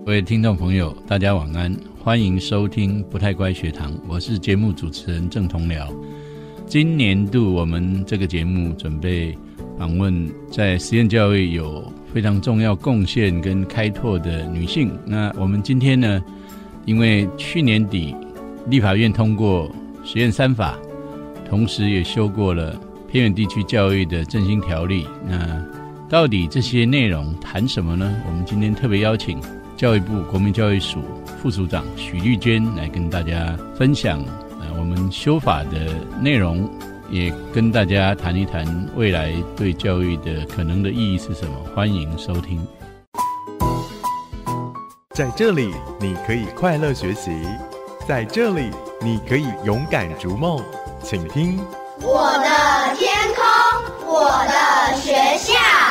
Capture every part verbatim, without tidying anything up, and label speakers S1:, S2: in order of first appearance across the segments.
S1: 各位听众朋友大家晚安，欢迎收听不太乖学堂，我是节目主持人郑同僚。今年度我们这个节目准备访问在实验教育有非常重要贡献跟开拓的女性。那我们今天呢，因为去年底立法院通过实验三法，同时也修过了偏远地区教育的振兴条例，那到底这些内容谈什么呢？我们今天特别邀请教育部国民教育署副署长许丽娟来跟大家分享、呃、我们修法的内容，也跟大家谈一谈未来对教育的可能的意义是什么。欢迎收听。
S2: 在这里你可以快乐学习，在这里你可以勇敢逐梦，请听
S3: 我的天空，我的学校。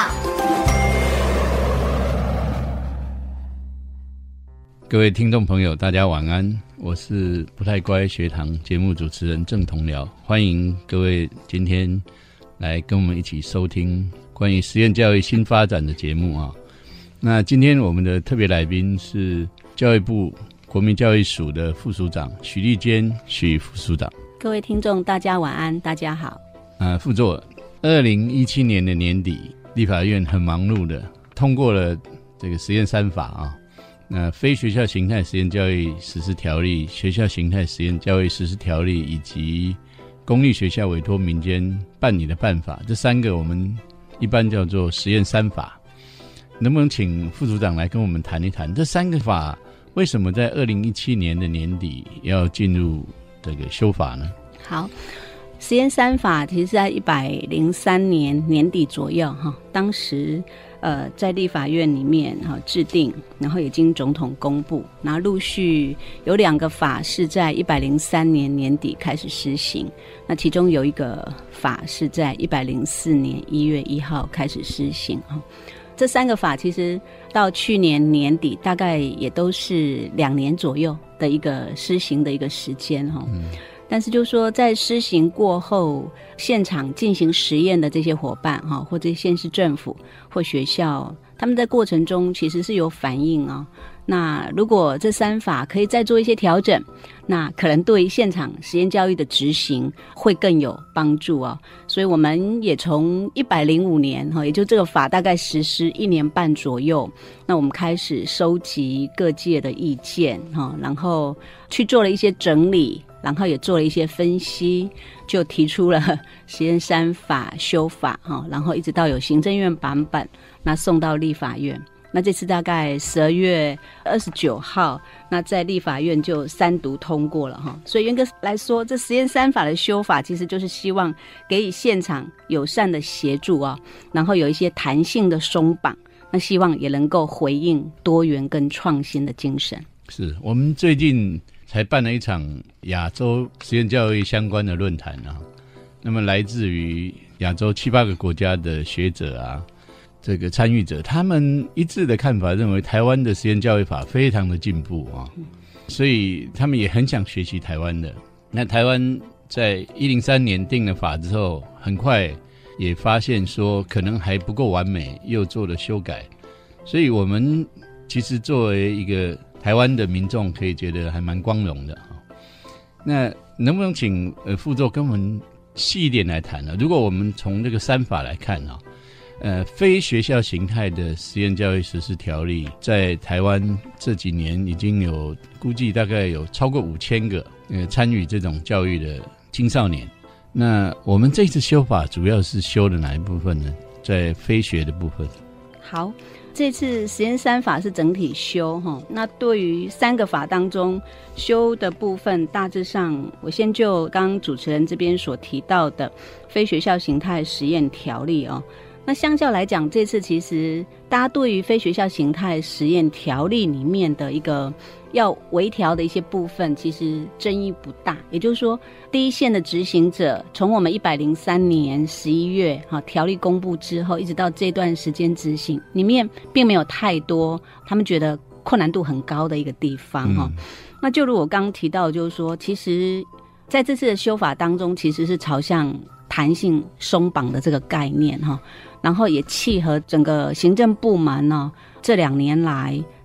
S1: 各位听众朋友大家晚安，我是不太乖学堂节目主持人郑同僚，欢迎各位今天来跟我们一起收听关于实验教育新发展的节目啊。那今天我们的特别来宾是教育部国民教育署的副署长许丽娟许副署长。
S4: 各位听众大家晚安，大家好。
S1: 呃，副座，二零一七年的年底，立法院很忙碌的通过了这个实验三法啊，那非学校形态实验教育实施条例、学校形态实验教育实施条例以及公立学校委托民间办理的办法，这三个我们一般叫做实验三法。能不能请副组长来跟我们谈一谈这三个法为什么在二零一七年的年底要进入这个修法呢？
S4: 好，实验三法其实在一百零三年年底左右哈，当时呃在立法院里面哈制定，然后也经总统公布，然后陆续有两个法是在一百零三年年底开始施行，那其中有一个法是在一百零四年一月一号开始施行哈。这三个法其实到去年年底大概也都是两年左右的一个施行的一个时间哈、嗯，但是就是说在施行过后，现场进行实验的这些伙伴哈，或者县市政府或学校，他们在过程中其实是有反应哦。那如果这三法可以再做一些调整，那可能对于现场实验教育的执行会更有帮助哦。所以我们也从一百零五年也就这个法大概实施一年半左右，那我们开始收集各界的意见，然后去做了一些整理，然后也做了一些分析，就提出了实验三法修法，然后一直到有行政院版本，那送到立法院。那这次大概十二月二十九号，那在立法院就三读通过了哈。所以严格来说，这实验三法的修法其实就是希望给予现场友善的协助啊，然后有一些弹性的松绑，那希望也能够回应多元跟创新的精神。
S1: 是我们最近才办了一场亚洲实验教育相关的论坛啊，那么来自于亚洲七八个国家的学者啊，这个参与者，他们一致的看法认为台湾的实验教育法非常的进步啊，所以他们也很想学习台湾的。那台湾在一零三年定了法之后，很快也发现说可能还不够完美，又做了修改。所以我们其实作为一个台湾的民众，可以觉得还蛮光荣的。那能不能请呃副座跟我们细一点来谈呢？如果我们从这个三法来看啊，呃，非学校形态的实验教育实施条例在台湾这几年已经有估计大概有超过五千个呃参与这种教育的青少年。那我们这次修法主要是修的哪一部分呢？在非学的部分。
S4: 好，这次实验三法是整体修哈，那对于三个法当中修的部分，大致上我先就刚刚主持人这边所提到的非学校形态实验条例哦。那相较来讲，这次其实大家对于非学校形态实验条例里面的一个要微调的一些部分，其实争议不大。也就是说，第一线的执行者，从我们一百零三年十一月哈条例公布之后，一直到这段时间执行，里面并没有太多他们觉得困难度很高的一个地方哈、嗯。那就如我刚刚提到，就是说，其实在这次的修法当中，其实是朝向弹性松绑的这个概念哈。然后也契合整个行政部门呢、哦、这两年来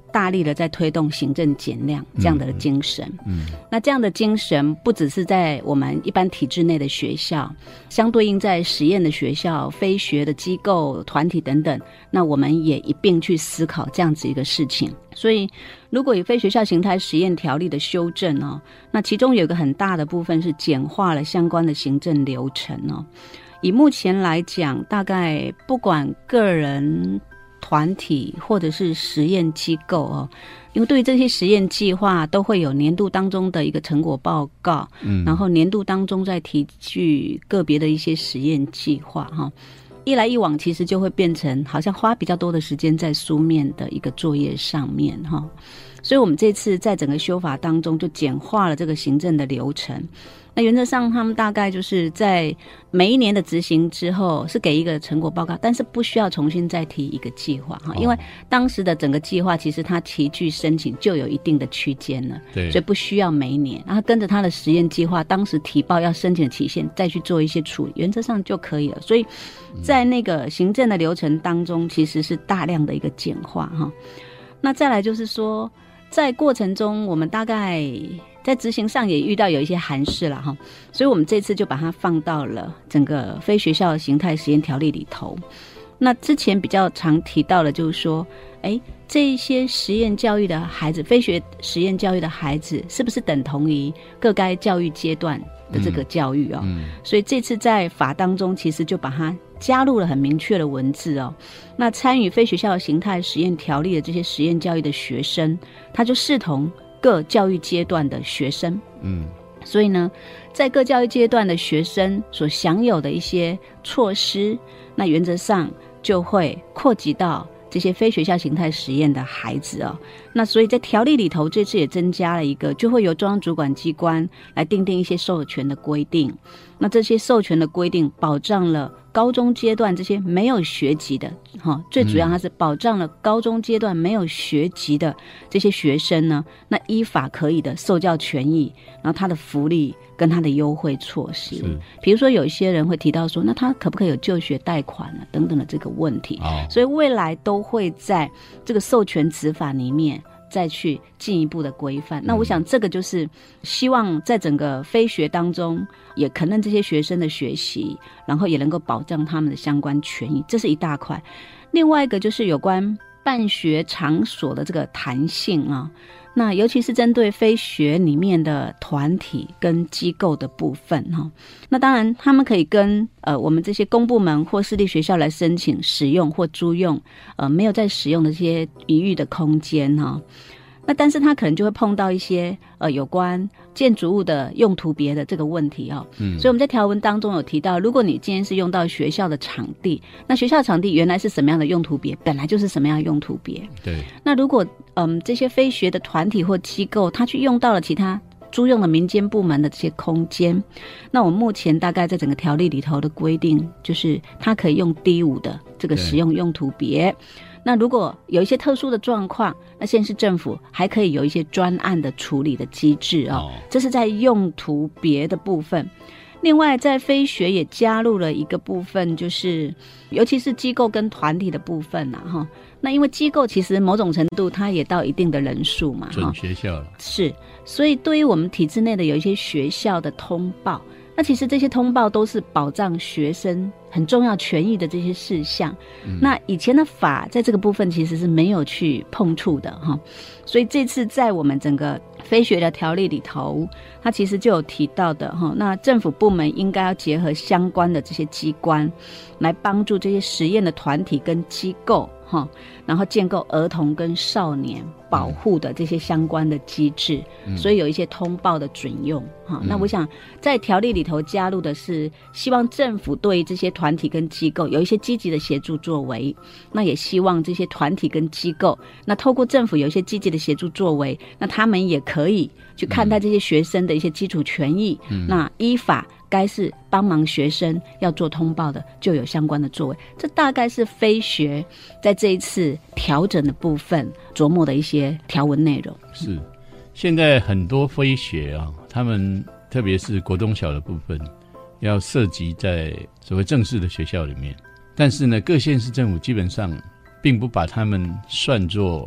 S4: 大力的在推动行政减量这样的精神。
S1: 嗯，
S4: 那这样的精神不只是在我们一般体制内的学校，相对应在实验的学校、非学的机构、团体等等，那我们也一并去思考这样子一个事情。所以如果以非学校形态实验条例的修正哦，那其中有一个很大的部分是简化了相关的行政流程哦。以目前来讲，大概不管个人、团体或者是实验机构哦，因为对于这些实验计划都会有年度当中的一个成果报告，嗯，然后年度当中再提具个别的一些实验计划哈。一来一往，其实就会变成好像花比较多的时间在书面的一个作业上面哈。所以我们这次在整个修法当中就简化了这个行政的流程。那原则上他们大概就是在每一年的执行之后是给一个成果报告，但是不需要重新再提一个计划哈，因为当时的整个计划其实它提具申请就有一定的区间了，对，所以不需要每一年，然后跟着他的实验计划当时提报要申请的期限再去做一些处理，原则上就可以了。所以在那个行政的流程当中其实是大量的一个简化哈。那再来就是说在过程中我们大概在执行上也遇到有一些函释了哈，所以我们这次就把它放到了整个非学校形态实验条例里头。那之前比较常提到的就是说，哎，这些实验教育的孩子，非学实验教育的孩子是不是等同于各该教育阶段的这个教育哦？嗯嗯、所以这次在法当中其实就把它加入了很明确的文字哦。那参与非学校形态实验条例的这些实验教育的学生，他就视同各教育阶段的学生，嗯，所以呢，在各教育阶段的学生所享有的一些措施，那原则上就会扩及到这些非学校形态实验的孩子哦。那所以在条例里头，这次也增加了一个，就会由中央主管机关来订定一些授权的规定。那这些授权的规定保障了高中阶段这些没有学籍的，哈，最主要它是保障了高中阶段没有学籍的这些学生呢，那依法可以的受教权益，然后他的福利跟他的优惠措施。比如说有一些人会提到说，那他可不可以有就学贷款啊等等的这个问题，哦，所以未来都会在这个授权执法里面再去进一步的规范。那我想这个就是希望在整个非学当中也肯认这些学生的学习，然后也能够保障他们的相关权益，这是一大块。另外一个就是有关办学场所的这个弹性啊，那尤其是针对非学里面的团体跟机构的部分哈，那当然他们可以跟呃我们这些公部门或私立学校来申请使用或租用呃没有在使用的这些余裕的空间哈。那但是他可能就会碰到一些呃有关建筑物的用途别的这个问题哦，嗯，所以我们在条文当中有提到，如果你今天是用到学校的场地，那学校场地原来是什么样的用途别，本来就是什么样的用途别，对。那如果嗯这些非学的团体或机构，他去用到了其他租用的民间部门的这些空间，那我们目前大概在整个条例里头的规定，就是它可以用 D 五 的这个使用用途别。那如果有一些特殊的状况，那县市政府还可以有一些专案的处理的机制哦，这是在用途别的部分。另外在非学也加入了一个部分，就是尤其是机构跟团体的部分啊哈。那因为机构其实某种程度它也到一定的人数嘛，
S1: 准学校了，是，
S4: 所以对于我们体制内的有一些学校的通报，那其实这些通报都是保障学生很重要权益的这些事项，嗯，那以前的法在这个部分其实是没有去碰触的哈，所以这次在我们整个非学的条例里头，它其实就有提到的哈，那政府部门应该要结合相关的这些机关，来帮助这些实验的团体跟机构哈，然后建构儿童跟少年保护的这些相关的机制，嗯，所以有一些通报的准用哈，嗯。那我想在条例里头加入的是，希望政府对于这些团体跟机构有一些积极的协助作为，那也希望这些团体跟机构，那透过政府有一些积极的协助作为，那他们也可以去看待这些学生的一些基础权益，嗯，那依法该是帮忙学生要做通报的，就有相关的作为。这大概是非学在这一次调整的部分琢磨的一些条文内容。
S1: 是，现在很多非学啊，他们特别是国中小的部分，要涉及在所谓正式的学校里面，但是呢，各县市政府基本上并不把他们算作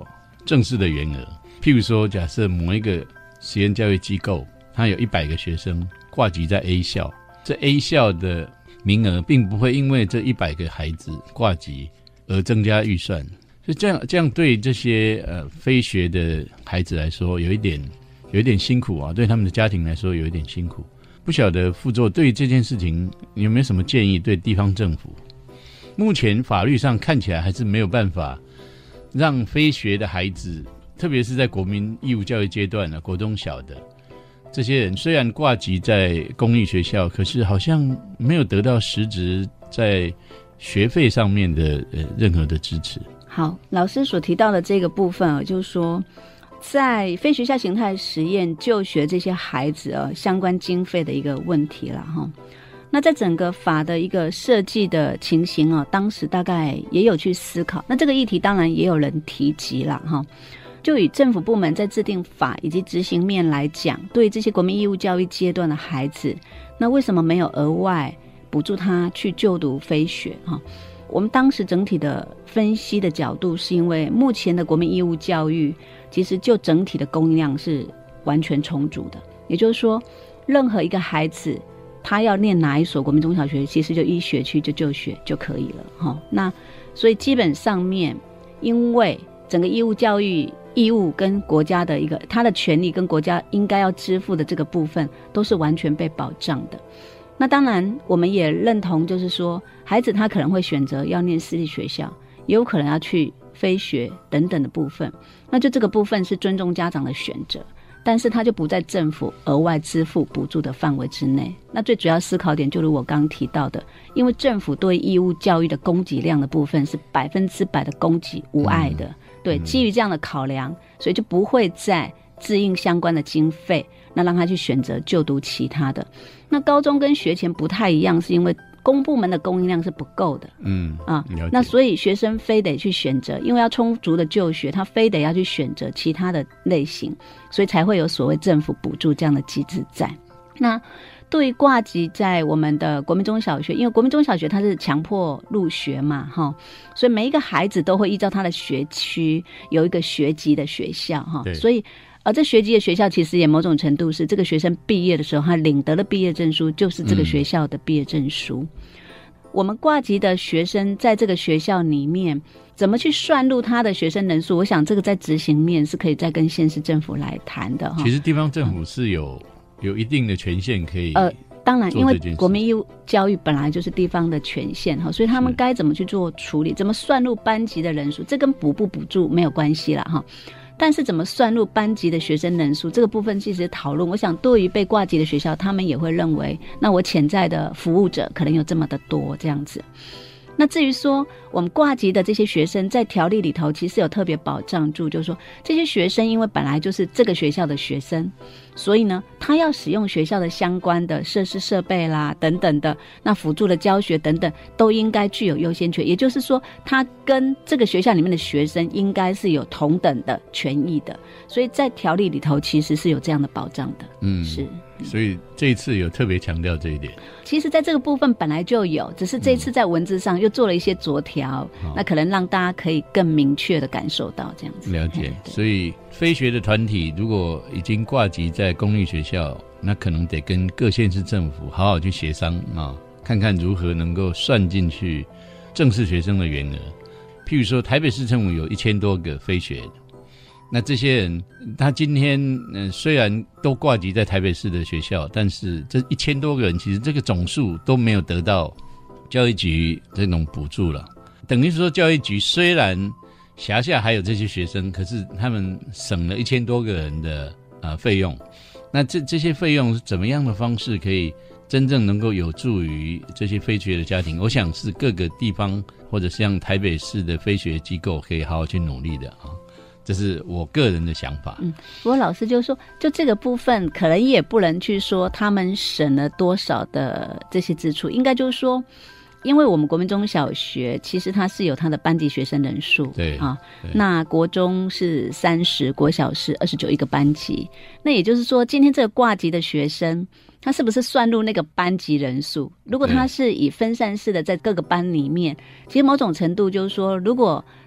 S1: 正式的员额。譬如说，假设某一个实验教育机构，它有一百个学生挂籍在 A 校，这 A 校的名额并不会因为这一百个孩子挂籍而增加预算，所以这样这样对这些呃非学的孩子来说，有一点有一点辛苦啊，对他们的家庭来说有一点辛苦。不晓得副座对这件事情有没有什么建议？对地方政府，目前法律上看起来还是没有办法让非学的孩子，特别是在国民义务教育阶段呢、啊，国中小的这些人，虽然挂籍在公立学校，可是好像没有得到实质在学费上面的呃任何的支持。
S4: 好，老师所提到的这个部分啊，就是说，在非学校形态实验就学这些孩子啊相关经费的一个问题了哈。那在整个法的一个设计的情形啊，当时大概也有去思考。那这个议题当然也有人提及了哈。就以政府部门在制定法以及执行面来讲，对这些国民义务教育阶段的孩子，那为什么没有额外补助他去就读非学哈？我们当时整体的分析的角度，是因为目前的国民义务教育其实就整体的供应量是完全充足的，也就是说，任何一个孩子他要念哪一所国民中小学，其实就一学区就就学就可以了哈。那所以基本上面，因为整个义务教育义务跟国家的一个他的权利跟国家应该要支付的这个部分都是完全被保障的。那当然我们也认同，就是说孩子他可能会选择要念私立学校，也有可能要去非学等等的部分，那就这个部分是尊重家长的选择，但是他就不在政府额外支付补助的范围之内。那最主要思考点就如我刚刚提到的，因为政府对义务教育的供给量的部分是百分之百的供给无碍的、嗯、对，基于这样的考量，所以就不会再自应相关的经费，那让他去选择就读其他的。那高中跟学前不太一样，是因为公部门的供应量是不够的，嗯啊，那所以学生非得去选择，因为要充足的就学，他非得要去选择其他的类型，所以才会有所谓政府补助这样的机制在。那对于挂籍在我们的国民中小学，因为国民中小学它是强迫入学嘛，哈，所以每一个孩子都会依照他的学区有一个学籍的学校，哈，所以。而这学籍的学校其实也某种程度是这个学生毕业的时候，他领得了毕业证书，就是这个学校的毕业证书。嗯、我们挂籍的学生在这个学校里面怎么去算入他的学生人数，我想这个在执行面是可以再跟县市政府来谈的。
S1: 其实地方政府是有、嗯、有一定的权限可以。
S4: 呃，当然，因为国民义务教育本来就是地方的权限，所以他们该怎么去做处理，怎么算入班级的人数，这跟补不补助没有关系啦哈。但是怎么算入班级的学生人数，这个部分其实讨论，我想对于被挂籍的学校，他们也会认为，那我潜在的服务者可能有这么的多这样子。那至于说我们挂籍的这些学生，在条例里头其实有特别保障住，就是说这些学生因为本来就是这个学校的学生，所以呢他要使用学校的相关的设施设备啦等等的，那辅助的教学等等都应该具有优先权，也就是说他跟这个学校里面的学生应该是有同等的权益的，所以在条例里头其实是有这样的保障的。嗯，是，
S1: 所以这一次有特别强调这一点。
S4: 其实在这个部分本来就有，只是这次在文字上又做了一些酌调、嗯、那可能让大家可以更明确的感受到这样子。
S1: 了解。所以非学的团体如果已经挂籍在公立学校，那可能得跟各县市政府好好去协商啊，看看如何能够算进去正式学生的员额。譬如说台北市政府有一千多个非学的，那这些人他今天、呃、虽然都挂籍在台北市的学校，但是这一千多个人其实这个总数都没有得到教育局这种补助了，等于说教育局虽然辖下还有这些学生，可是他们省了一千多个人的、呃、费用。那这这些费用是怎么样的方式可以真正能够有助于这些非学的家庭，我想是各个地方或者像台北市的非学机构可以好好去努力的啊。这是我个人的想法。嗯，
S4: 不过老师就说，就这个部分可能也不能去说他们省了多少的这些支出，应该就是说，因为我们国民中小学其实它是有它的班级学生人数，
S1: 对啊，
S4: 那国中是三十，国小是二十九一个班级，那也就是说，今天这个挂籍的学生，他是不是算入那个班级人数？如果他是以分散式的在各个班里面，其实某种程度就是说，如果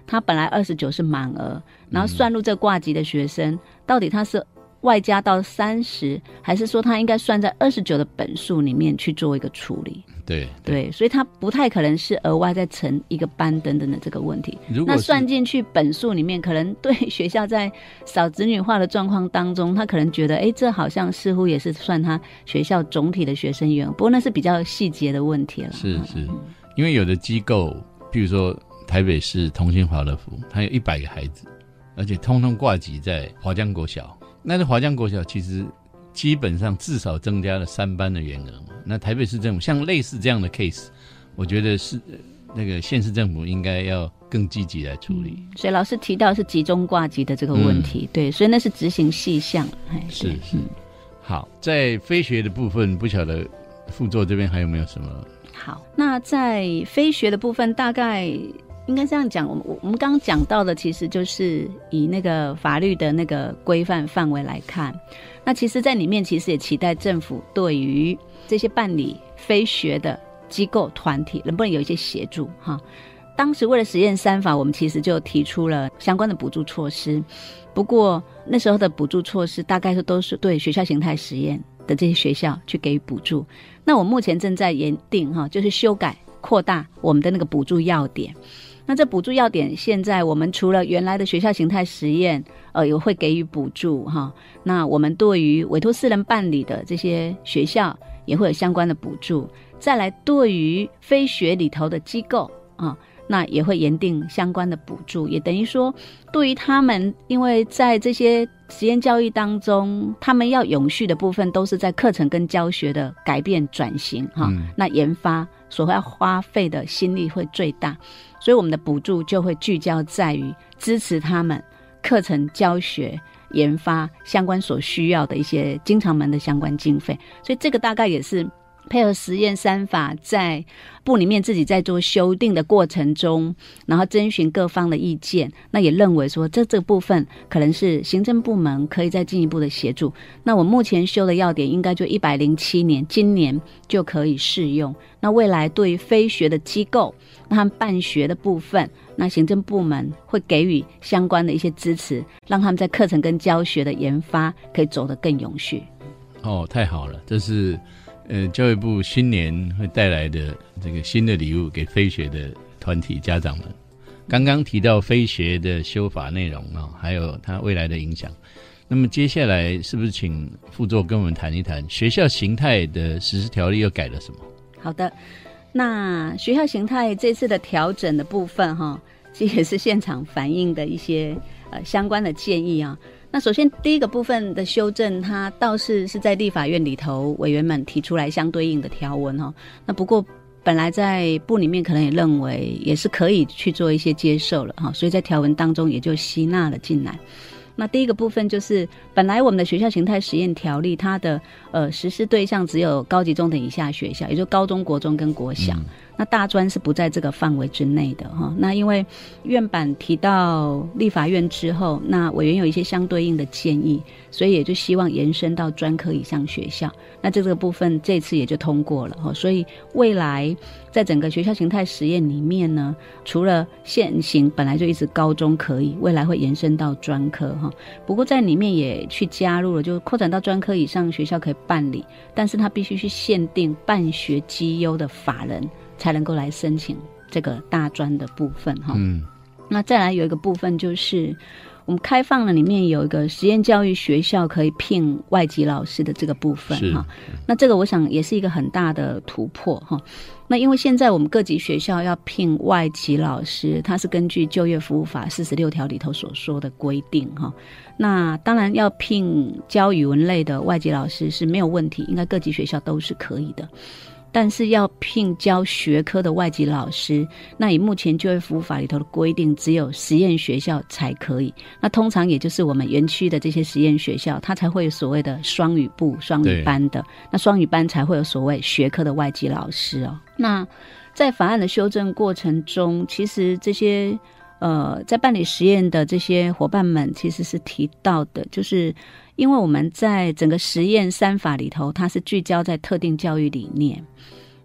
S4: 他本来二十九是满额，然后算入这挂级的学生，嗯、到底他是外加到三十，还是说他应该算在二十九的本数里面去做一个处理？
S1: 对
S4: 对, 对，所以他不太可能是额外再乘一个班等等的这个问题。那算进去本数里面，可能对学校在少子女化的状况当中，他可能觉得，哎，这好像似乎也是算他学校总体的学生员，不过那是比较细节的问题了。
S1: 是是，嗯、因为有的机构，比如说台北市同心华乐福，它有一百个孩子，而且通通挂级在华江国小。那华江国小其实基本上至少增加了三班的员额嘛。那台北市政府像类似这样的 case， 我觉得是那个县市政府应该要更积极来处理。
S4: 嗯、所以老师提到是集中挂级的这个问题，嗯、对，所以那是执行细项。
S1: 是是、嗯。好，在非学的部分，不晓得副座这边还有没有什么？
S4: 好，那在非学的部分，大概应该这样讲，我们我们刚刚讲到的，其实就是以那个法律的那个规范范围来看。那其实在里面其实也期待政府对于这些办理非学的机构团体能不能有一些协助哈。当时为了实验三法，我们其实就提出了相关的补助措施，不过那时候的补助措施大概是都是对学校形态实验的这些学校去给予补助。那我目前正在研定哈，就是修改扩大我们的那个补助要点。那这补助要点，现在我们除了原来的学校形态实验，呃，也会给予补助哈。那我们对于委托私人办理的这些学校，也会有相关的补助。再来，对于非学里头的机构啊，那也会研定相关的补助，也等于说，对于他们，因为在这些实验教育当中，他们要永续的部分，都是在课程跟教学的改变转型哈、嗯。那研发所要花费的心力会最大。所以我们的补助就会聚焦在于支持他们课程教学研发相关所需要的一些经常门的相关经费，所以这个大概也是配合实验三法在部里面自己在做修订的过程中，然后征询各方的意见，那也认为说这这个部分可能是行政部门可以再进一步的协助。那我目前修的要点应该就一百零七年今年就可以适用。那未来对于非学的机构，那他们办学的部分，那行政部门会给予相关的一些支持，让他们在课程跟教学的研发可以走得更永续。
S1: 哦，太好了，这是呃教育部新年会带来的这个新的礼物给非学的团体家长们。刚刚提到非学的修法内容啊、哦，还有它未来的影响。那么接下来是不是请副座跟我们谈一谈学校形态的实施条例又改了什么？
S4: 好的，那学校形态这次的调整的部分哈，其实也是现场反映的一些呃相关的建议啊。那首先第一个部分的修正，它倒是是在立法院里头委员们提出来相对应的条文哈。那不过本来在部里面可能也认为也是可以去做一些接受了哈，所以在条文当中也就吸纳了进来。那第一个部分就是本来我们的学校形态实验条例它的呃实施对象只有高级中等以下学校，也就是高中国中跟国小、嗯、那大专是不在这个范围之内的哈。那因为院版提到立法院之后，那委员有一些相对应的建议，所以也就希望延伸到专科以上学校，那这个部分这次也就通过了哈。所以未来在整个学校形态实验里面呢，除了现行本来就一直高中可以，未来会延伸到专科哈。不过在里面也去加入了，就扩展到专科以上学校可以办理，但是他必须去限定办学绩优的法人才能够来申请这个大专的部分哈。嗯，那再来有一个部分就是我们开放了里面有一个实验教育学校可以聘外籍老师的这个部分哈。那这个我想也是一个很大的突破哈。那因为现在我们各级学校要聘外籍老师，它是根据就业服务法四十六条里头所说的规定哈。那当然要聘教语文类的外籍老师是没有问题，应该各级学校都是可以的。但是要聘教学科的外籍老师，那以目前就业服务法里头的规定，只有实验学校才可以。那通常也就是我们园区的这些实验学校，它才会有所谓的双语部、双语班的。那双语班才会有所谓学科的外籍老师哦。那在法案的修正过程中，其实这些呃在办理实验的这些伙伴们其实是提到的，就是因为我们在整个实验三法里头，它是聚焦在特定教育理念。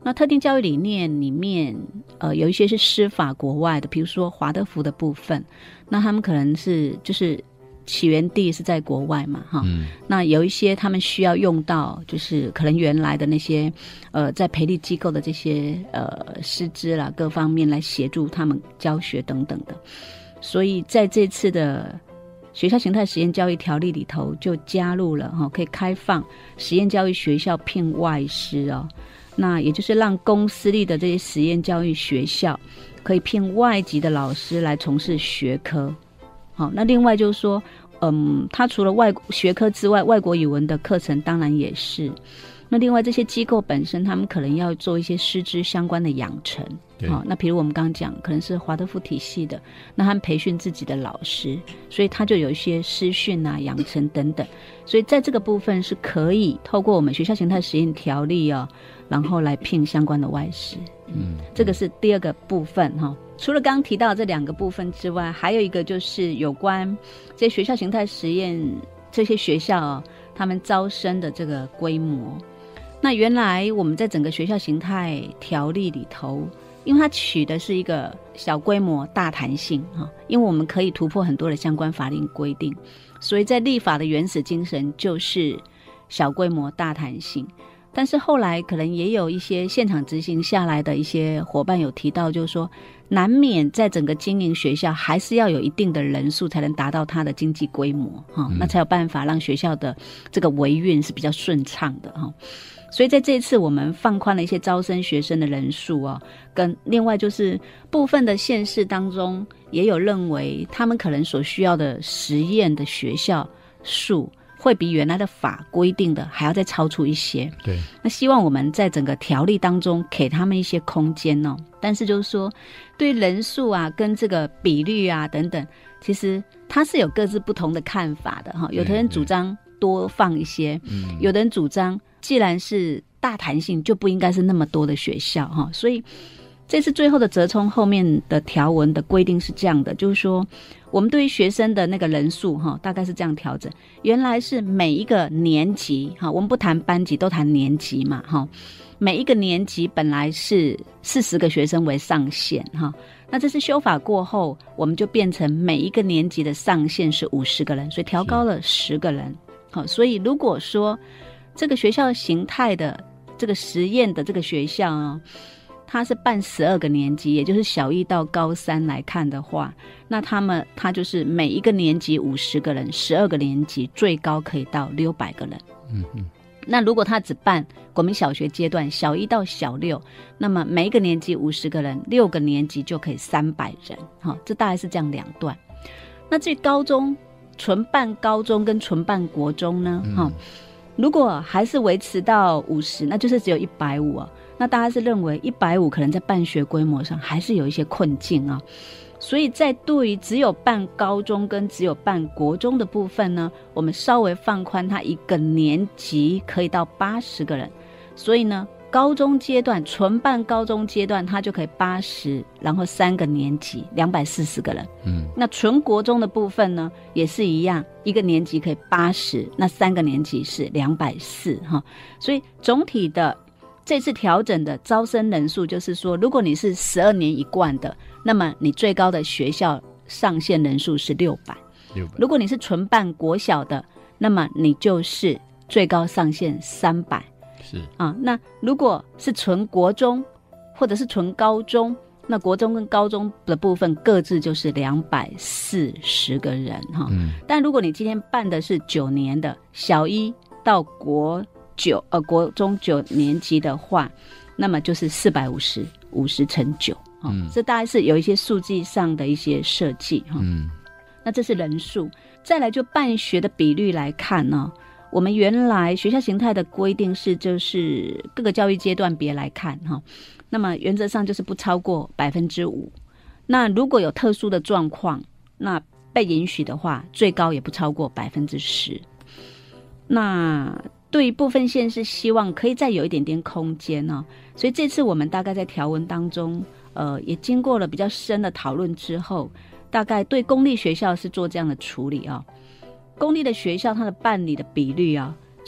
S4: 那特定教育理念里面，呃，有一些是师法国外的，比如说华德福的部分，那他们可能是就是起源地是在国外嘛，哈、嗯，那有一些他们需要用到，就是可能原来的那些，呃，在培力机构的这些呃师资啦，各方面来协助他们教学等等的，所以在这次的学校形态实验教育条例里头，就加入了哈、哦，可以开放实验教育学校聘外师哦。那也就是让公私立的这些实验教育学校可以聘外籍的老师来从事学科。好，那另外就是说，嗯，它除了外学科之外，外国语文的课程当然也是。那另外这些机构本身，他们可能要做一些师资相关的养成。好，那比如我们刚刚讲，可能是华德福体系的，那他们培训自己的老师，所以他就有一些师训啊、养成等等。所以在这个部分是可以透过我们学校形态实验条例啊，然后来聘相关的外师。嗯，这个是第二个部分哈。除了刚刚提到这两个部分之外，还有一个就是有关这些学校形态实验这些学校啊，他们招生的这个规模。那原来我们在整个学校形态条例里头，因为它取的是一个小规模大弹性，因为我们可以突破很多的相关法令规定，所以在立法的原始精神就是小规模大弹性。但是后来可能也有一些现场执行下来的一些伙伴有提到，就是说难免在整个经营学校还是要有一定的人数才能达到它的经济规模、嗯、那才有办法让学校的这个维运是比较顺畅的。所以在这一次我们放宽了一些招生学生的人数哦，跟另外就是部分的县市当中也有认为他们可能所需要的实验的学校数会比原来的法规定的还要再超出一些。对，那希望我们在整个条例当中给他们一些空间哦。但是就是说对人数啊跟这个比率啊等等，其实它是有各自不同的看法的哈。有的人主张多放一些，有的人主张既然是大弹性就不应该是那么多的学校哈。所以这次最后的折冲后面的条文的规定是这样的，就是说我们对于学生的那个人数哈，大概是这样调整。原来是每一个年级哈，我们不谈班级，都谈年级嘛哈。每一个年级本来是四十个学生为上限哈，那这次修法过后，我们就变成每一个年级的上限是五十个人，所以调高了十个人。好，所以如果说这个学校形态的这个实验的这个学校啊，它是办十二个年级，也就是小一到高三来看的话，那他们他就是每一个年级五十个人，十二个年级最高可以到六百个人。嗯嗯。那如果他只办国民小学阶段小一到小六，那么每一个年级五十个人，六个年级就可以三百人。好，这大概是这样两段。那至于高中纯办高中跟纯办国中呢？哈、嗯，如果还是维持到五十，那就是只有一百五啊。那大家是认为一百五可能在办学规模上还是有一些困境啊，所以在对于只有办高中跟只有办国中的部分呢，我们稍微放宽它一个年级可以到八十个人，所以呢高中阶段纯办高中阶段它就可以八十，然后三个年级两百四十个人。嗯，那纯国中的部分呢也是一样，一个年级可以八十，那三个年级是两百四十哈。所以总体的这次调整的招生人数就是说，如果你是十二年一贯的，那么你最高的学校上限人数是六百。如果你是纯办国小的，那么你就是最高上限三百。是啊，那如果是纯国中或者是纯高中，那国中跟高中的部分各自就是两百四十个人哈。嗯，但如果你今天办的是九年的小一到国九呃国中九年级的话，那么就是四百五十，五十乘九。嗯，这大概是有一些数据上的一些设计哈。嗯，那这是人数。再来就办学的比率来看呢，我们原来学校形态的规定是就是各个教育阶段别来看哈，那么原则上就是不超过百分之五。那如果有特殊的状况，那被允许的话，最高也不超过百分之十。那对于部分县市希望可以再有一点点空间呢、哦，所以这次我们大概在条文当中，呃，也经过了比较深的讨论之后，大概对公立学校是做这样的处理啊、哦。公立的学校它的办理的比率啊，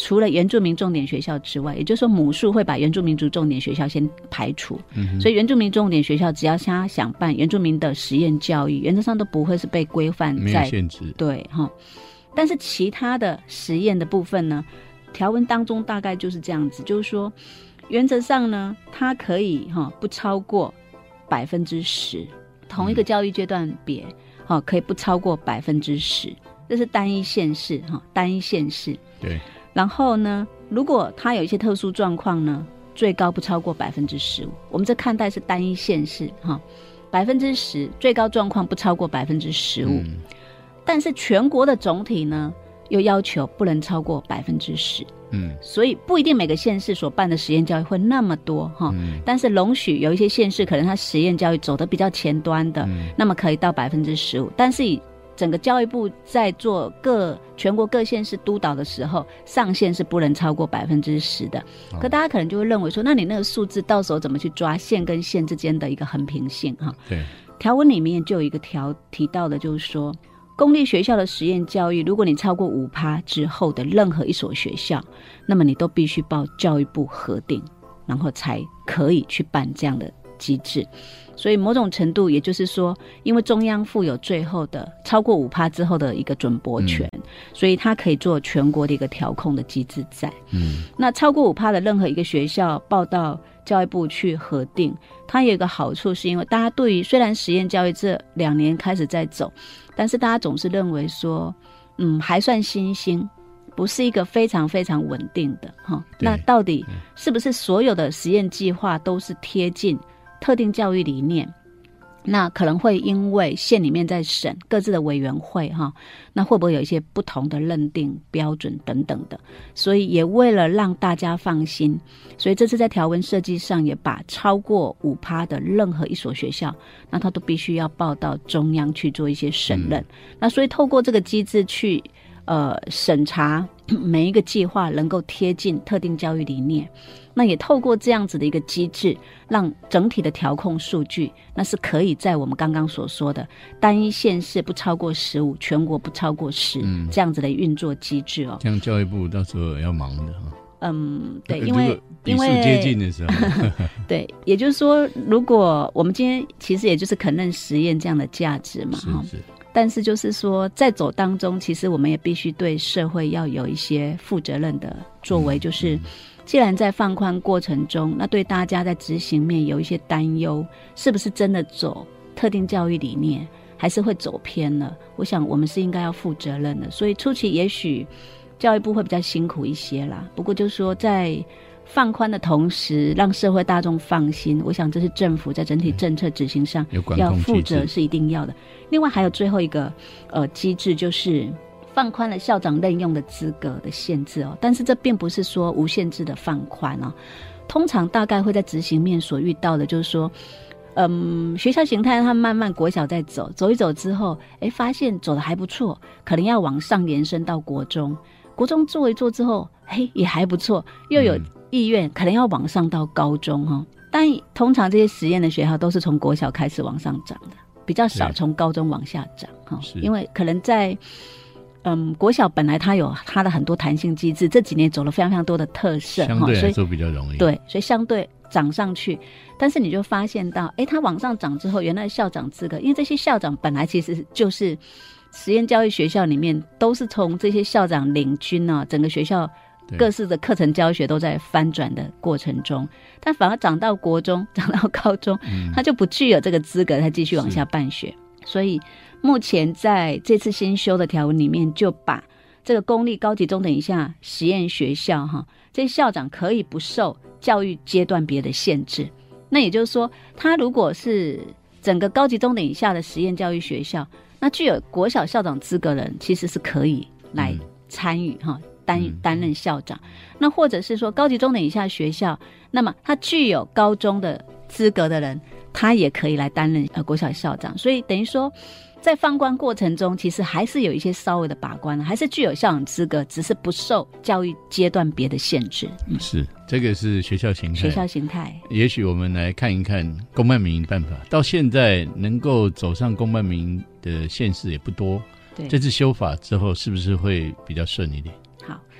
S4: 除了原住民重点学校之外，也就是说母数会把原住民族重点学校先排除，嗯、所以原住民重点学校只要他想办原住民的实验教育，原则上都不会是被规范在
S1: 没有限制，对
S4: 哈。但是其他的实验的部分呢，条文当中大概就是这样子，就是说原则上呢，它可以哈不超过百分之十，同一个教育阶段别，哈、嗯、可以不超过百分之十，这是单一县市哈，单一县市。
S1: 对。
S4: 然后呢，如果它有一些特殊状况呢，最高不超过百分之十五。我们这看待是单一县市哈，百分之十，最高状况不超过百分之十五。但是全国的总体呢，又要求不能超过百分之十。嗯，所以不一定每个县市所办的实验教育会那么多哈、嗯，但是容许有一些县市可能它实验教育走得比较前端的，嗯、那么可以到百分之十五。但是以整个教育部在做各全国各县市督导的时候，上限是不能超过百分之十的。可大家可能就会认为说，那你那个数字到时候怎么去抓县跟县之间的一个衡平性哈？对，条文里面就有一个条提到的，就是说，公立学校的实验教育，如果你超过五趴之后的任何一所学校，那么你都必须报教育部核定，然后才可以去办这样的机制。所以某种程度也就是说，因为中央负有最后的超过五趴之后的一个准驳权、嗯、所以它可以做全国的一个调控的机制在、嗯、那超过五趴的任何一个学校报到教育部去核定，它有一个好处，是因为大家对于虽然实验教育这两年开始在走，但是大家总是认为说嗯，还算新兴，不是一个非常非常稳定的哈。那到底是不是所有的实验计划都是贴近特定教育理念？那可能会因为县里面在审各自的委员会哈，那会不会有一些不同的认定标准等等的？所以也为了让大家放心，所以这次在条文设计上也把超过五趴的任何一所学校，那他都必须要报到中央去做一些审认、嗯、那所以透过这个机制去呃审查每一个计划能够贴近特定教育理念，那也透过这样子的一个机制，让整体的调控数据那是可以在我们刚刚所说的单一县市不超过十五，全国不超过十、嗯、这样子的运作机制哦。
S1: 这样教育部到时候要忙的哈。
S4: 嗯，对，因为
S1: 比数接近的时候，
S4: 对，也就是说，如果我们今天其实也就是肯认实验这样的价值嘛，
S1: 是是。
S4: 但是就是说在走当中，其实我们也必须对社会要有一些负责任的作为、嗯、就是既然在放宽过程中，那对大家在执行面有一些担忧，是不是真的走特定教育理念，还是会走偏了，我想我们是应该要负责任的。所以初期也许教育部会比较辛苦一些啦，不过就是说在放宽的同时让社会大众放心，我想这是政府在整体政策执行上要负责是一定要的。另外还有最后一个呃机制，就是放宽了校长任用的资格的限制哦，但是这并不是说无限制的放宽哦。通常大概会在执行面所遇到的就是说嗯，学校形态它慢慢国小在走走一走之后，哎，发现走得还不错，可能要往上延伸到国中，国中做一做之后，嘿，也还不错，又有意愿、嗯、可能要往上到高中哈。但通常这些实验的学校都是从国小开始往上涨的，比较少从高中往下涨哈，因为可能在嗯国小本来它有它的很多弹性机制，这几年走了非常非常多的特色，
S1: 相对来说比较容易，
S4: 对，所以相对涨上去。但是你就发现到，哎，它往上涨之后，原来校长资格，因为这些校长本来其实就是实验教育学校里面都是从这些校长领军啊，整个学校各式的课程教学都在翻转的过程中，但反而长到国中长到高中、嗯、他就不具有这个资格，他继续往下办学。所以目前在这次新修的条文里面，就把这个公立高级中等以下实验学校哈，这些校长可以不受教育阶段别的限制。那也就是说，他如果是整个高级中等以下的实验教育学校，那具有国小校长资格的人其实是可以来参与哈、嗯，担担任校长。那或者是说高级中等以下学校，那么他具有高中的资格的人，他也可以来担任呃国小校长。所以等于说在放宽过程中，其实还是有一些稍微的把关，还是具有校长资格，只是不受教育阶段别的限制、嗯、
S1: 是这个是学校形态
S4: 学校形态。
S1: 也许我们来看一看公办民营办法，到现在能够走上公办民营的县市也不多，对，这次修法之后是不是会比较顺一点？
S4: 好，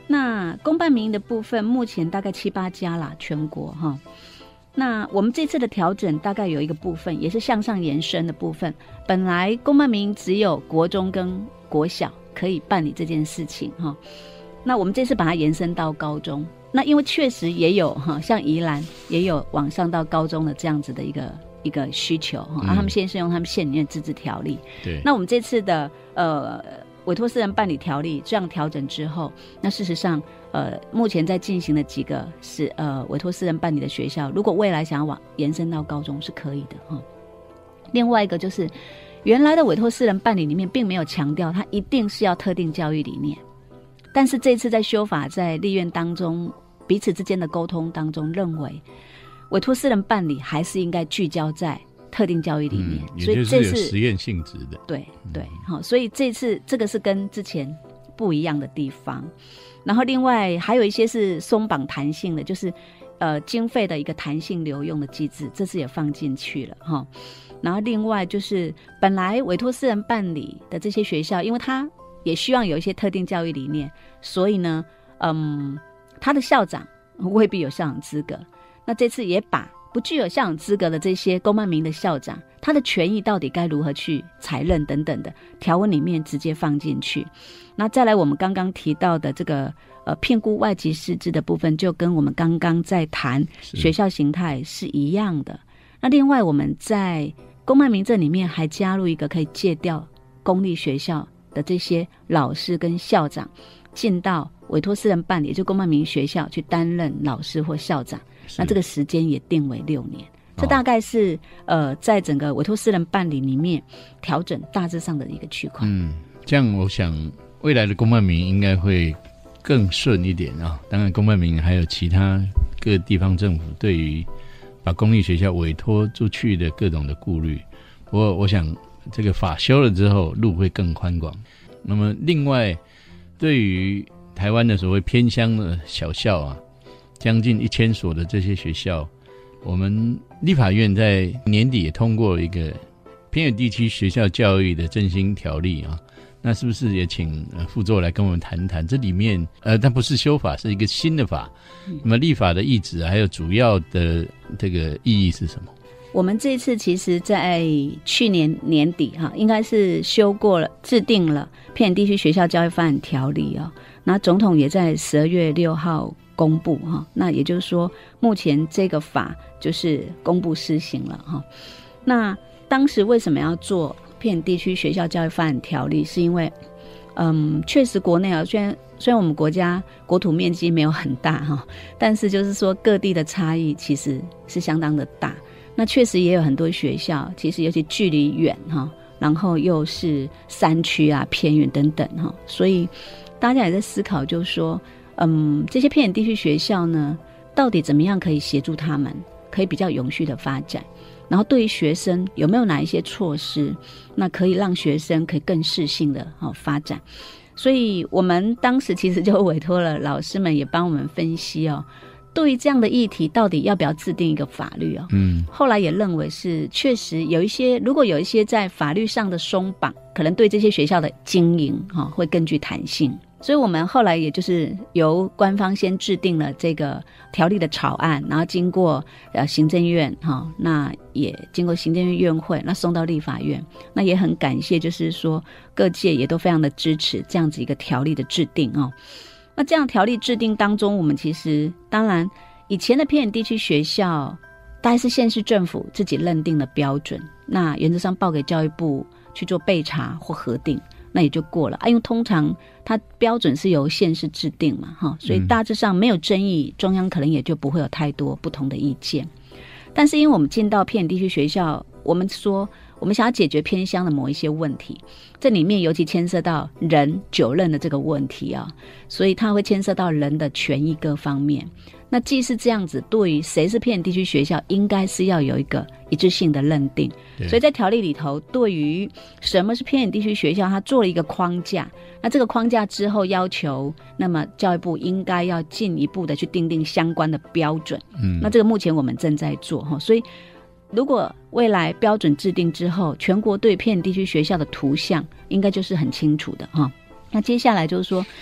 S4: 那公办民营的部分，目前大概七八家啦，全国哈。那我们这次的调整大概有一个部分，也是向上延伸的部分。本来公办民营只有国中跟国小可以办理这件事情哈，那我们这次把它延伸到高中。那因为确实也有哈，像宜兰也有往上到高中的这样子的一个一个需求哈、嗯啊，他们现在是用他们县里面的自治条例。
S1: 对，
S4: 那我们这次的呃委托私人办理条例这样调整之后，那事实上呃目前在进行的几个是呃委托私人办理的学校，如果未来想要往延伸到高中是可以的哈、嗯。另外一个就是原来的委托私人办理里面并没有强调它一定是要特定教育理念，但是这次在修法在立院当中彼此之间的沟通当中，认为委托私人办理还是应该聚焦在特定教育理念，
S1: 嗯、也就是有实验性质的。
S4: 对对，好、嗯，所以这次这个是跟之前不一样的地方。然后另外还有一些是松绑弹性的，就是呃经费的一个弹性流用的机制，这次也放进去了哈。然后另外就是本来委托私人办理的这些学校，因为他也希望有一些特定教育理念，所以呢，嗯，他的校长未必有校长资格。那这次也把不具有校长资格的这些公办民营的校长，他的权益到底该如何去裁认等等的条文里面直接放进去。那再来我们刚刚提到的这个呃聘雇外籍师资的部分，就跟我们刚刚在谈学校形态是一样的。那另外我们在公办民政里面还加入一个可以借调公立学校的这些老师跟校长进到委托私人办理，也就公办民营学校去担任老师或校长，那这个时间也定为六年。这大概是、哦、呃，在整个委托私人办理里面调整大致上的一个区块。
S1: 嗯，这样我想未来的公办民营应该会更顺一点啊。当然，公办民营还有其他各地方政府对于把公立学校委托出去的各种的顾虑，不过我想这个法修了之后，路会更宽广。那么另外，对于台湾的所谓偏乡的小校啊，将近一千所的这些学校，我们立法院在年底也通过一个偏远地区学校教育的振兴条例啊，那是不是也请呃副座来跟我们谈谈这里面呃，它不是修法，是一个新的法，那么立法的意旨还有主要的这个意义是什么？
S4: 我们这次其实在去年年底哈，应该是修过了制定了偏远地区学校教育发展条例哦，那总统也在十二月六号公布哈，那也就是说目前这个法就是公布施行了哈。那当时为什么要做偏远地区学校教育发展条例，是因为嗯，确实国内啊，虽然虽然我们国家国土面积没有很大哈，但是就是说各地的差异其实是相当的大。那确实也有很多学校，其实尤其距离远哈，然后又是山区啊、偏远等等哈，所以大家也在思考，就是说，嗯，这些偏远地区学校呢，到底怎么样可以协助他们，可以比较永续的发展？然后对于学生有没有哪一些措施，那可以让学生可以更适性的哈发展？所以我们当时其实就委托了老师们也帮我们分析哦。对于这样的议题，到底要不要制定一个法律哦？嗯，后来也认为是确实有一些，如果有一些在法律上的松绑，可能对这些学校的经营哈、哦、会更具弹性。所以我们后来也就是由官方先制定了这个条例的草案，然后经过呃行政院哈、哦，那也经过行政院院会，那送到立法院，那也很感谢，就是说各界也都非常的支持这样子一个条例的制定哦。那这样条例制定当中，我们其实当然以前的偏远地区学校大概是县市政府自己认定的标准，那原则上报给教育部去做备查或核定，那也就过了啊。因为通常它标准是由县市制定嘛，哈，所以大致上没有争议，中央可能也就不会有太多不同的意见。但是因为我们进到偏远地区学校，我们说我们想要解决偏乡的某一些问题，这里面尤其牵涉到人久任的这个问题啊，所以它会牵涉到人的权益各方面。那既是这样子，对于谁是偏远地区学校，应该是要有一个一致性的认定。所以在条例里头，对于什么是偏远地区学校，它做了一个框架。那这个框架之后要求，那么教育部应该要进一步的去订定相关的标准。嗯，那这个目前我们正在做哈，所以如果未来标准制定之后，全国对偏远地区学校的图像应该就是很清楚的哈。那接下来就是说，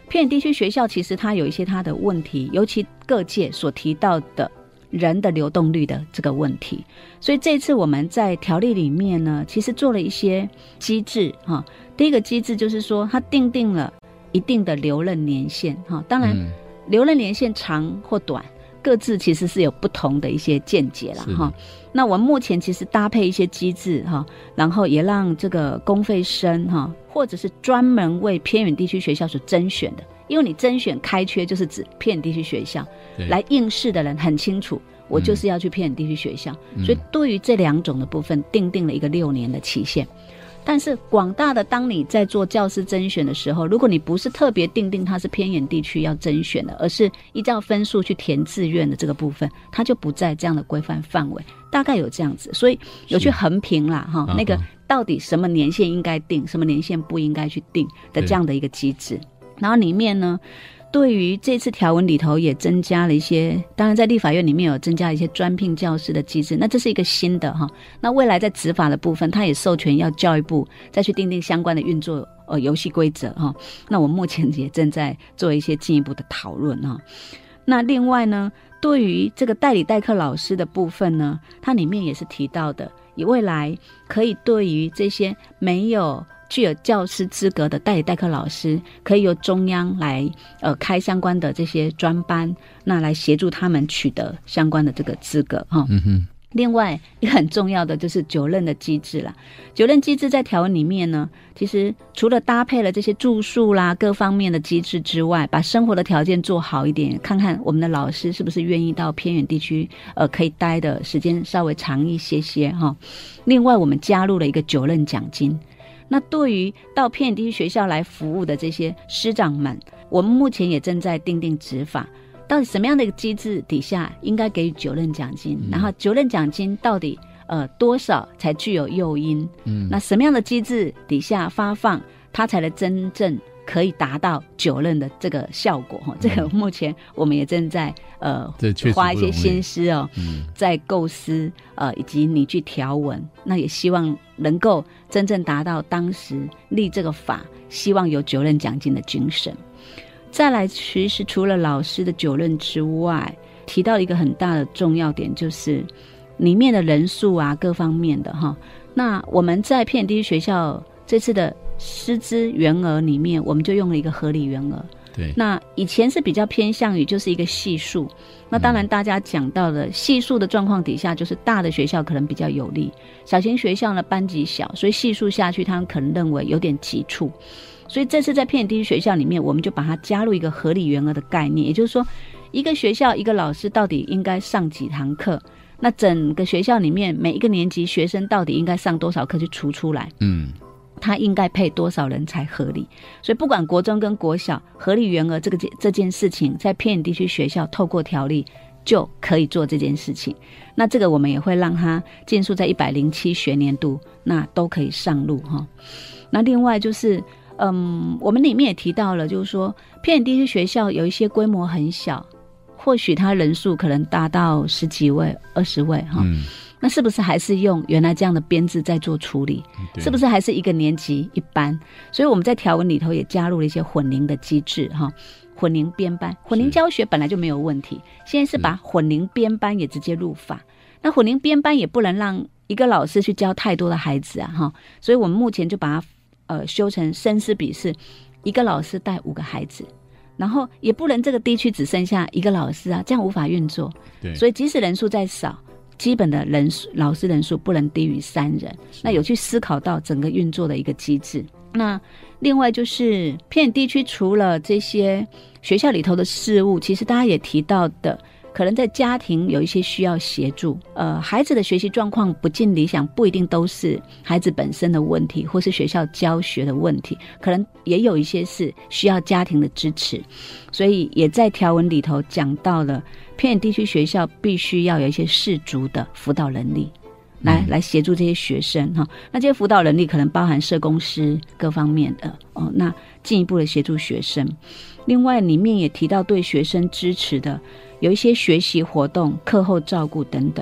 S4: 偏远地区学校其实它有一些它的问题，尤其各界所提到的人的流动率的这个问题，所以这次我们在条例里面呢，其实做了一些机制哈。第一个机制就是说，它定定了一定的留任年限哈，当然、嗯、留任年限长或短，各自其实是有不同的一些见解啦哈。那我们目前其实搭配一些机制哈，然后也让这个公费生哈，或者是专门为偏远地区学校所甄选的，因为你甄选开缺就是指偏远地区学校，来应试的人很清楚，我就是要去偏远地区学校、嗯、所以对于这两种的部分定定了一个六年的期限。但是广大的，当你在做教师甄选的时候，如果你不是特别定定它是偏远地区要甄选的，而是依照分数去填志愿的这个部分，它就不在这样的规范范围，大概有这样子，所以有去横评啦哈，那个到底什么年限应该定，什么年限不应该去定的这样的一个机制。然后里面呢，对于这次条文里头也增加了一些，当然在立法院里面有增加一些专聘教师的机制，那这是一个新的哈。那未来在执法的部分，它也授权要教育部再去订定相关的运作呃游戏规则哈。那我目前也正在做一些进一步的讨论哈。那另外呢，对于这个代理代课老师的部分呢，它里面也是提到的，以未来可以对于这些没有具有教师资格的代理代课老师，可以由中央来呃开相关的这些专班，那来协助他们取得相关的这个资格哈。嗯哼。另外一个很重要的就是九任的机制啦。九任机制在条文里面呢，其实除了搭配了这些住宿啦各方面的机制之外，把生活的条件做好一点，看看我们的老师是不是愿意到偏远地区呃可以待的时间稍微长一些些哈。另外我们加入了一个九任奖金。那对于到偏远地区学校来服务的这些师长们，我们目前也正在订定执法，到底什么样的一个机制底下应该给予九任奖金、嗯、然后九任奖金到底呃多少才具有诱因、嗯、那什么样的机制底下发放它才能真正可以达到九任的这个效果、嗯、这个目前我们也正在呃花一些心思哦、嗯、在构思呃以及拟具条文，那也希望能够真正达到当时立这个法希望有九任奖金的精神。再来，其实除了老师的九任之外，提到一个很大的重要点，就是里面的人数啊各方面的哈。那我们在偏远地区学校这次的师资员额里面，我们就用了一个合理员额。对，那以前是比较偏向于就是一个系数，那当然大家讲到的系数的状况底下，就是大的学校可能比较有利，小型学校呢班级小，所以系数下去他们可能认为有点急促，所以这次在偏远地区学校里面，我们就把它加入一个合理员额的概念，也就是说一个学校一个老师到底应该上几堂课，那整个学校里面每一个年级学生到底应该上多少课去除出来，嗯，他应该配多少人才合理。所以不管国中跟国小，合理员额这个这件事情在偏远地区学校透过条例就可以做这件事情。那这个我们也会让他尽数在一百零七学年度那都可以上路哈。那另外就是嗯，我们里面也提到了，就是说偏远地区学校有一些规模很小，或许他人数可能达到十几位二十位哈、嗯，那是不是还是用原来这样的编制在做处理？是不是还是一个年级一班？所以我们在条文里头也加入了一些混龄的机制哈，混龄编班，混龄教学本来就没有问题，现在是把混龄编班也直接入法。那混龄编班也不能让一个老师去教太多的孩子啊哈，所以我们目前就把它呃修成生师比是一个老师带五个孩子。然后也不能这个地区只剩下一个老师啊，这样无法运作。对，所以即使人数再少，基本的人数老师人数不能低于三人。那有去思考到整个运作的一个机制。那另外就是偏远地区除了这些学校里头的事务，其实大家也提到的，可能在家庭有一些需要协助，呃，孩子的学习状况不尽理想，不一定都是孩子本身的问题，或是学校教学的问题，可能也有一些是需要家庭的支持，所以也在条文里头讲到了偏远地区学校必须要有一些适足的辅导能力，来来协助这些学生哈。那这些辅导能力可能包含社工师各方面的哦，那进一步的协助学生。另外里面也提到对学生支持的有一些学习活动、课后照顾等等。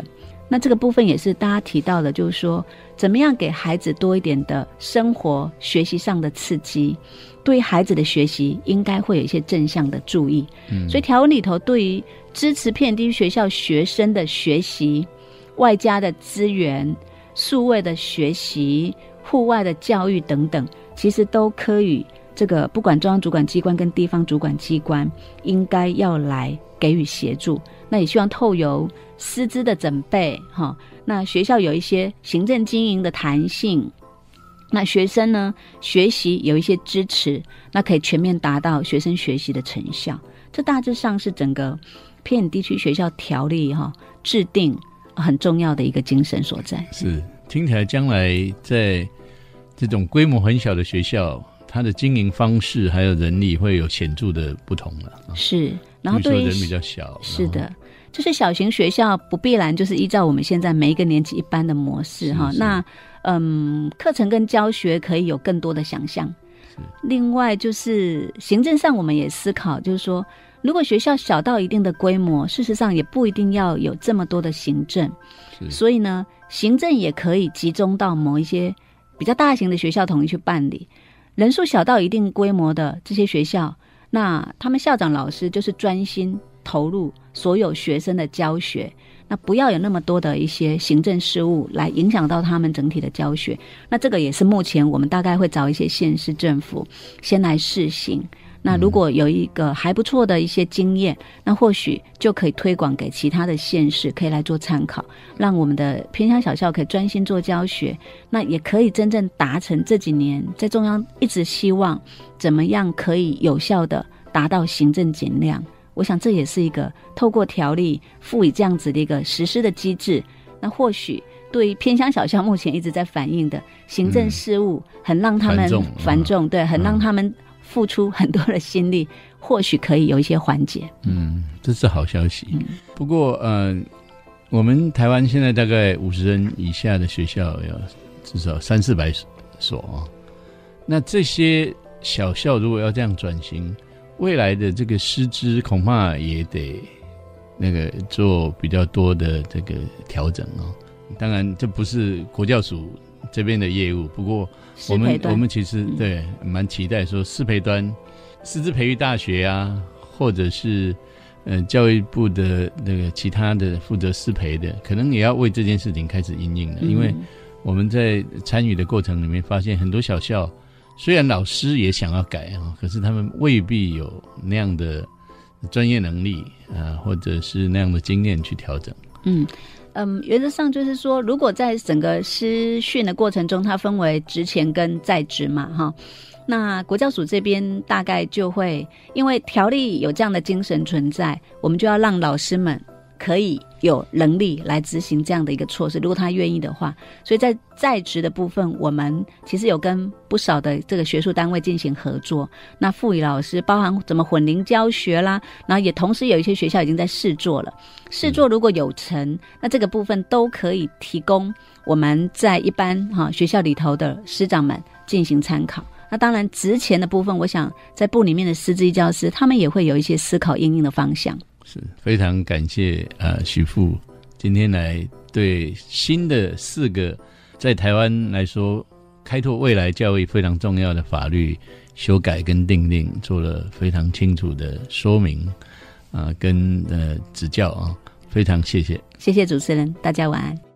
S4: 那这个部分也是大家提到的，就是说怎么样给孩子多一点的生活学习上的刺激，对于孩子的学习应该会有一些正向的注意。嗯，所以条文里头对于支持偏远地区学校学生的学习、外加的资源、数位的学习、户外的教育等等，其实都可以这个不管中央主管机关跟地方主管机关应该要来给予协助。那也希望透由师资的准备，那学校有一些行政经营的弹性，那学生呢学习有一些支持，那可以全面达到学生学习的成效。这大致上是整个偏远地区学校条例制定很重要的一个精神所在。
S1: 是，听起来将来在这种规模很小的学校，它的经营方式还有人力会有显著的不同了。
S4: 是，然后对于
S1: 人比较小，
S4: 是的，就是小型学校不必然就是依照我们现在每一个年级一班的模式哈。那嗯，课程跟教学可以有更多的想象。另外就是行政上我们也思考，就是说如果学校小到一定的规模，事实上也不一定要有这么多的行政，所以呢行政也可以集中到某一些比较大型的学校统一去办理。人数小到一定规模的这些学校，那他们校长老师就是专心投入所有学生的教学，那不要有那么多的一些行政事务来影响到他们整体的教学。那这个也是目前我们大概会找一些县市政府先来试行，那如果有一个还不错的一些经验，那或许就可以推广给其他的县市，可以来做参考，让我们的偏乡小校可以专心做教学。那也可以真正达成这几年在中央一直希望怎么样可以有效的达到行政减量。我想这也是一个透过条例赋予这样子的一个实施的机制，那或许对于偏乡小校目前一直在反映的行政事务很让他们繁重，繁重对，很让他们付出很多的心力，或许可以有一些缓解。嗯，
S1: 这是好消息。嗯、不过呃，我们台湾现在大概五十人以下的学校要至少三四百所啊。那这些小校如果要这样转型，未来的这个师资恐怕也得那个做比较多的这个调整哦。当然这不是国教署这边的业务，不过我们我们其实对蛮期待说师培端师资培育大学啊，或者是呃教育部的那个其他的负责师培的，可能也要为这件事情开始因应了。因为我们在参与的过程里面发现，很多小校虽然老师也想要改啊，可是他们未必有那样的专业能力啊，或者是那样的经验去调整。嗯
S4: 嗯，原则上就是说，如果在整个师训的过程中，它分为职前跟在职嘛，哈，那国教署这边大概就会因为条例有这样的精神存在，我们就要让老师们可以有能力来执行这样的一个措施，如果他愿意的话。所以在在职的部分，我们其实有跟不少的这个学术单位进行合作，那赋予老师包含怎么混龄教学啦，然后也同时有一些学校已经在试做了，试做如果有成，那这个部分都可以提供我们在一般、啊、学校里头的师长们进行参考。那当然职前的部分，我想在部里面的师资教师他们也会有一些思考因应的方向。
S1: 是非常感谢呃许副今天来对新的四个在台湾来说开拓未来教育非常重要的法律修改跟订定做了非常清楚的说明啊、呃、跟呃指教啊，非常谢谢。
S4: 谢谢主持人，大家晚安。